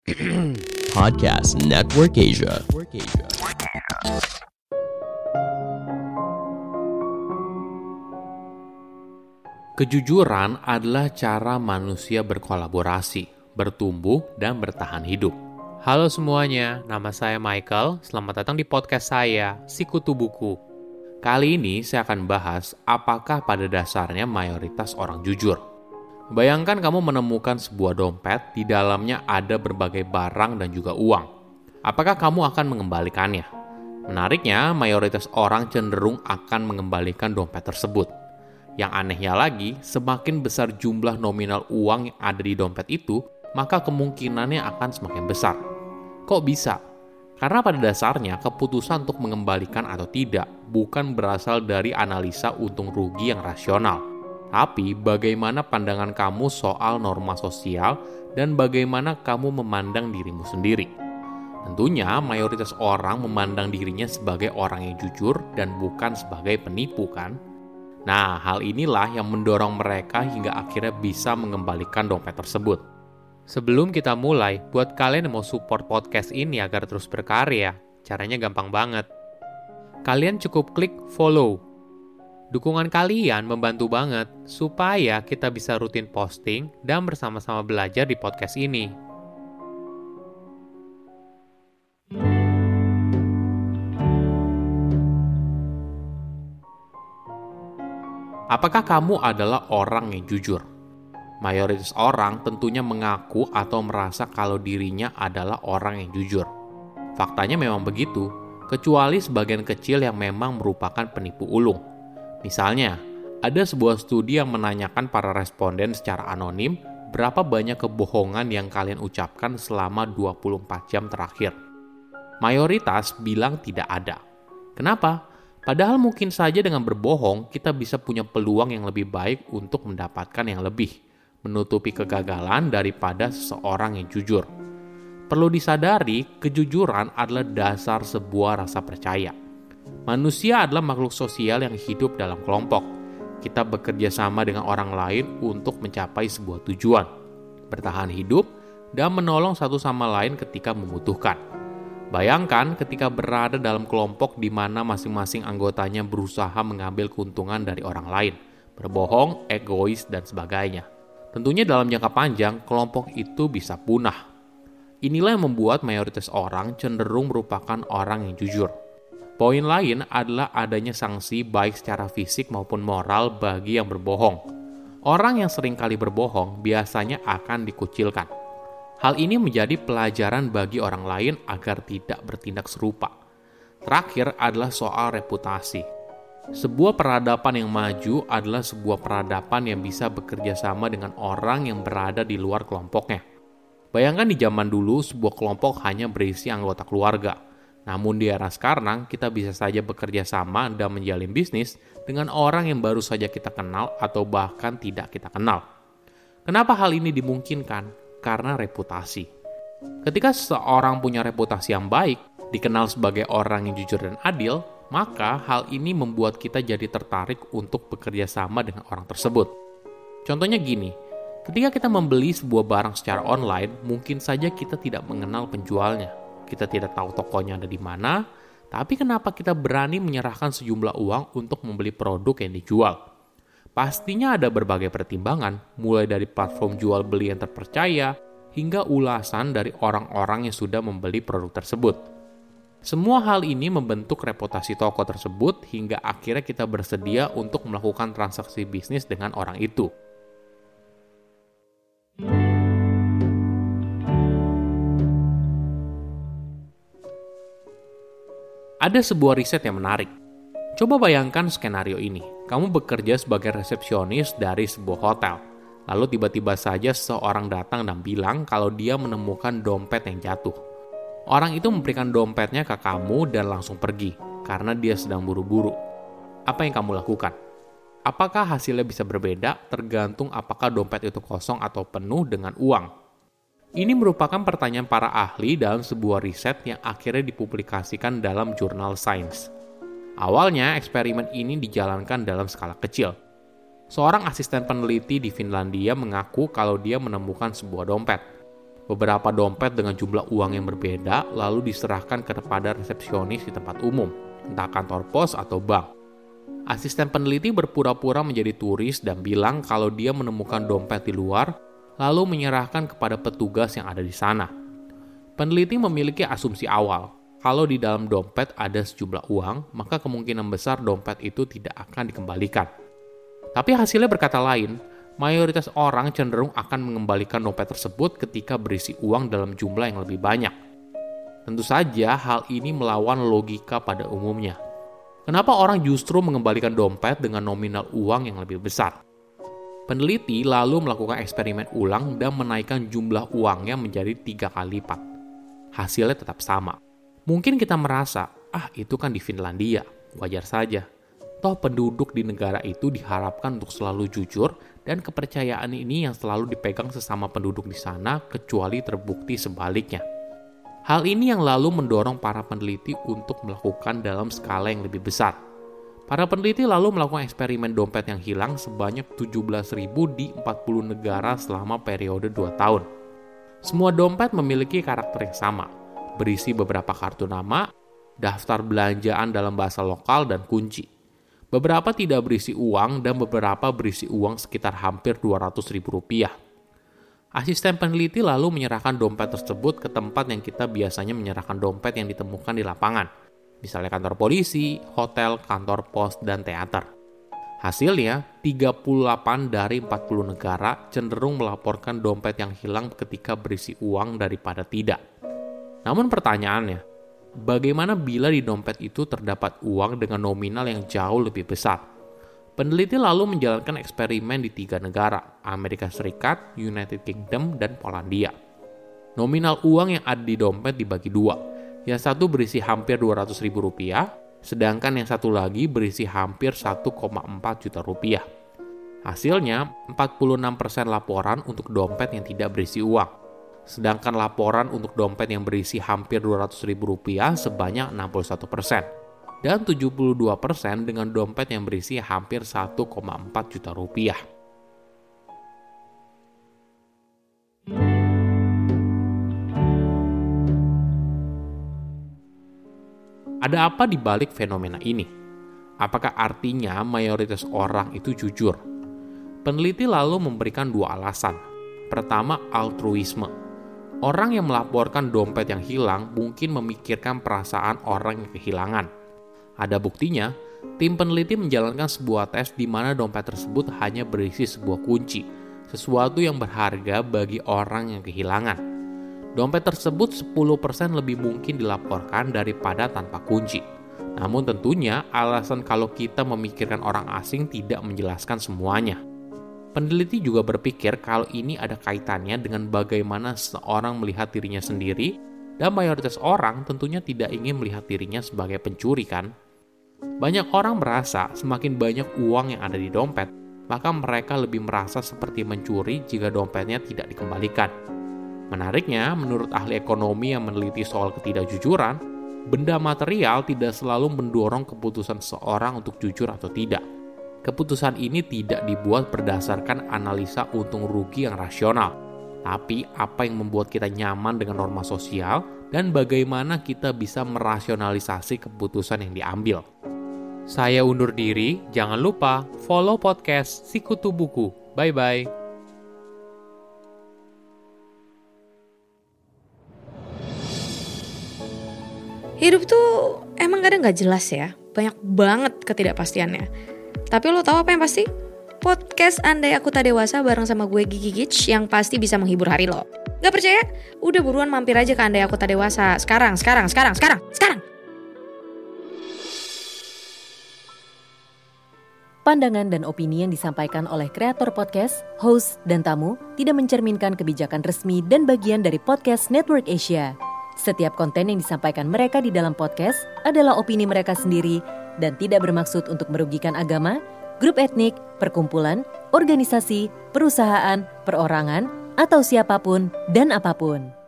Podcast Network Asia. Kejujuran adalah cara manusia berkolaborasi, bertumbuh, dan bertahan hidup. Halo semuanya, nama saya Michael. Selamat datang di podcast saya, Sikutu Buku. Kali ini saya akan bahas apakah pada dasarnya mayoritas orang jujur. Bayangkan kamu menemukan sebuah dompet, di dalamnya ada berbagai barang dan juga uang. Apakah kamu akan mengembalikannya? Menariknya, mayoritas orang cenderung akan mengembalikan dompet tersebut. Yang anehnya lagi, semakin besar jumlah nominal uang yang ada di dompet itu, maka kemungkinannya akan semakin besar. Kok bisa? Karena pada dasarnya keputusan untuk mengembalikan atau tidak bukan berasal dari analisa untung rugi yang rasional. Tapi bagaimana pandangan kamu soal norma sosial dan bagaimana kamu memandang dirimu sendiri. Tentunya mayoritas orang memandang dirinya sebagai orang yang jujur dan bukan sebagai penipu kan? Nah, hal inilah yang mendorong mereka hingga akhirnya bisa mengembalikan dompet tersebut. Sebelum kita mulai, buat kalian yang mau support podcast ini agar terus berkarya, caranya gampang banget. Kalian cukup klik follow. Dukungan kalian membantu banget supaya kita bisa rutin posting dan bersama-sama belajar di podcast ini. Apakah kamu adalah orang yang jujur? Mayoritas orang tentunya mengaku atau merasa kalau dirinya adalah orang yang jujur. Faktanya memang begitu, kecuali sebagian kecil yang memang merupakan penipu ulung. Misalnya, ada sebuah studi yang menanyakan para responden secara anonim berapa banyak kebohongan yang kalian ucapkan selama 24 jam terakhir. Mayoritas bilang tidak ada. Kenapa? Padahal mungkin saja dengan berbohong, kita bisa punya peluang yang lebih baik untuk mendapatkan yang lebih, menutupi kegagalan daripada seseorang yang jujur. Perlu disadari, kejujuran adalah dasar sebuah rasa percaya. Manusia adalah makhluk sosial yang hidup dalam kelompok. Kita bekerja sama dengan orang lain untuk mencapai sebuah tujuan, bertahan hidup, dan menolong satu sama lain ketika membutuhkan. Bayangkan ketika berada dalam kelompok di mana masing-masing anggotanya berusaha mengambil keuntungan dari orang lain, berbohong, egois, dan sebagainya. Tentunya dalam jangka panjang, kelompok itu bisa punah. Inilah yang membuat mayoritas orang cenderung merupakan orang yang jujur. Poin lain adalah adanya sanksi baik secara fisik maupun moral bagi yang berbohong. Orang yang seringkali berbohong biasanya akan dikucilkan. Hal ini menjadi pelajaran bagi orang lain agar tidak bertindak serupa. Terakhir adalah soal reputasi. Sebuah peradaban yang maju adalah sebuah peradaban yang bisa bekerja sama dengan orang yang berada di luar kelompoknya. Bayangkan di zaman dulu sebuah kelompok hanya berisi anggota keluarga. Namun di era sekarang, kita bisa saja bekerja sama dan menjalin bisnis dengan orang yang baru saja kita kenal atau bahkan tidak kita kenal. Kenapa hal ini dimungkinkan? Karena reputasi. Ketika seseorang punya reputasi yang baik, dikenal sebagai orang yang jujur dan adil, maka hal ini membuat kita jadi tertarik untuk bekerja sama dengan orang tersebut. Contohnya gini, ketika kita membeli sebuah barang secara online, mungkin saja kita tidak mengenal penjualnya. Kita tidak tahu tokonya ada di mana, tapi kenapa kita berani menyerahkan sejumlah uang untuk membeli produk yang dijual? Pastinya ada berbagai pertimbangan, mulai dari platform jual beli yang terpercaya, hingga ulasan dari orang-orang yang sudah membeli produk tersebut. Semua hal ini membentuk reputasi toko tersebut hingga akhirnya kita bersedia untuk melakukan transaksi bisnis dengan orang itu. Ada sebuah riset yang menarik. Coba bayangkan skenario ini. Kamu bekerja sebagai resepsionis dari sebuah hotel. Lalu tiba-tiba saja seseorang datang dan bilang kalau dia menemukan dompet yang jatuh. Orang itu memberikan dompetnya ke kamu dan langsung pergi, karena dia sedang buru-buru. Apa yang kamu lakukan? Apakah hasilnya bisa berbeda tergantung apakah dompet itu kosong atau penuh dengan uang? Ini merupakan pertanyaan para ahli dalam sebuah riset yang akhirnya dipublikasikan dalam jurnal Science. Awalnya, eksperimen ini dijalankan dalam skala kecil. Seorang asisten peneliti di Finlandia mengaku kalau dia menemukan sebuah dompet. Beberapa dompet dengan jumlah uang yang berbeda lalu diserahkan kepada resepsionis di tempat umum, entah kantor pos atau bank. Asisten peneliti berpura-pura menjadi turis dan bilang kalau dia menemukan dompet di luar, lalu menyerahkan kepada petugas yang ada di sana. Peneliti memiliki asumsi awal, kalau di dalam dompet ada sejumlah uang, maka kemungkinan besar dompet itu tidak akan dikembalikan. Tapi hasilnya berkata lain. Mayoritas orang cenderung akan mengembalikan dompet tersebut ketika berisi uang dalam jumlah yang lebih banyak. Tentu saja hal ini melawan logika pada umumnya. Kenapa orang justru mengembalikan dompet dengan nominal uang yang lebih besar? Peneliti lalu melakukan eksperimen ulang dan menaikkan jumlah uangnya menjadi 3 kali lipat. Hasilnya tetap sama. Mungkin kita merasa, itu kan di Finlandia, wajar saja. Toh penduduk di negara itu diharapkan untuk selalu jujur dan kepercayaan ini yang selalu dipegang sesama penduduk di sana kecuali terbukti sebaliknya. Hal ini yang lalu mendorong para peneliti untuk melakukan dalam skala yang lebih besar. Para peneliti lalu melakukan eksperimen dompet yang hilang sebanyak 17.000 di 40 negara selama periode 2 tahun. Semua dompet memiliki karakter yang sama, berisi beberapa kartu nama, daftar belanjaan dalam bahasa lokal, dan kunci. Beberapa tidak berisi uang dan beberapa berisi uang sekitar hampir Rp200.000. Asisten peneliti lalu menyerahkan dompet tersebut ke tempat yang kita biasanya menyerahkan dompet yang ditemukan di lapangan, misalnya kantor polisi, hotel, kantor pos, dan teater. Hasilnya, 38 dari 40 negara cenderung melaporkan dompet yang hilang ketika berisi uang daripada tidak. Namun pertanyaannya, bagaimana bila di dompet itu terdapat uang dengan nominal yang jauh lebih besar? Peneliti lalu menjalankan eksperimen di 3 negara, Amerika Serikat, United Kingdom, dan Polandia. Nominal uang yang ada di dompet dibagi 2. Yang satu berisi hampir Rp200.000, sedangkan yang satu lagi berisi hampir Rp1,4 juta. Hasilnya, 46% laporan untuk dompet yang tidak berisi uang. Sedangkan laporan untuk dompet yang berisi hampir Rp200.000 sebanyak 61%, dan 72% dengan dompet yang berisi hampir Rp1,4 juta. Ada apa di balik fenomena ini? Apakah artinya mayoritas orang itu jujur? Peneliti lalu memberikan 2 alasan. Pertama, altruisme. Orang yang melaporkan dompet yang hilang mungkin memikirkan perasaan orang yang kehilangan. Ada buktinya, tim peneliti menjalankan sebuah tes di mana dompet tersebut hanya berisi sebuah kunci, sesuatu yang berharga bagi orang yang kehilangan. Dompet tersebut 10% lebih mungkin dilaporkan daripada tanpa kunci. Namun tentunya alasan kalau kita memikirkan orang asing tidak menjelaskan semuanya. Peneliti juga berpikir kalau ini ada kaitannya dengan bagaimana seseorang melihat dirinya sendiri, dan mayoritas orang tentunya tidak ingin melihat dirinya sebagai pencuri kan? Banyak orang merasa semakin banyak uang yang ada di dompet, maka mereka lebih merasa seperti mencuri jika dompetnya tidak dikembalikan. Menariknya, menurut ahli ekonomi yang meneliti soal ketidakjujuran, benda material tidak selalu mendorong keputusan seseorang untuk jujur atau tidak. Keputusan ini tidak dibuat berdasarkan analisa untung rugi yang rasional, tapi apa yang membuat kita nyaman dengan norma sosial dan bagaimana kita bisa merasionalisasi keputusan yang diambil. Saya undur diri, jangan lupa follow podcast Sikutu Buku. Bye-bye. Hidup tuh emang kadang gak jelas ya, banyak banget ketidakpastiannya. Tapi lo tahu apa yang pasti? Podcast Andai Aku Tak Dewasa bareng sama gue Gigi Gitch yang pasti bisa menghibur hari lo. Gak percaya? Udah buruan mampir aja ke Andai Aku Tak Dewasa. Sekarang. Pandangan dan opini yang disampaikan oleh kreator podcast, host, dan tamu tidak mencerminkan kebijakan resmi dan bagian dari Podcast Network Asia. Setiap konten yang disampaikan mereka di dalam podcast adalah opini mereka sendiri dan tidak bermaksud untuk merugikan agama, grup etnik, perkumpulan, organisasi, perusahaan, perorangan, atau siapapun dan apapun.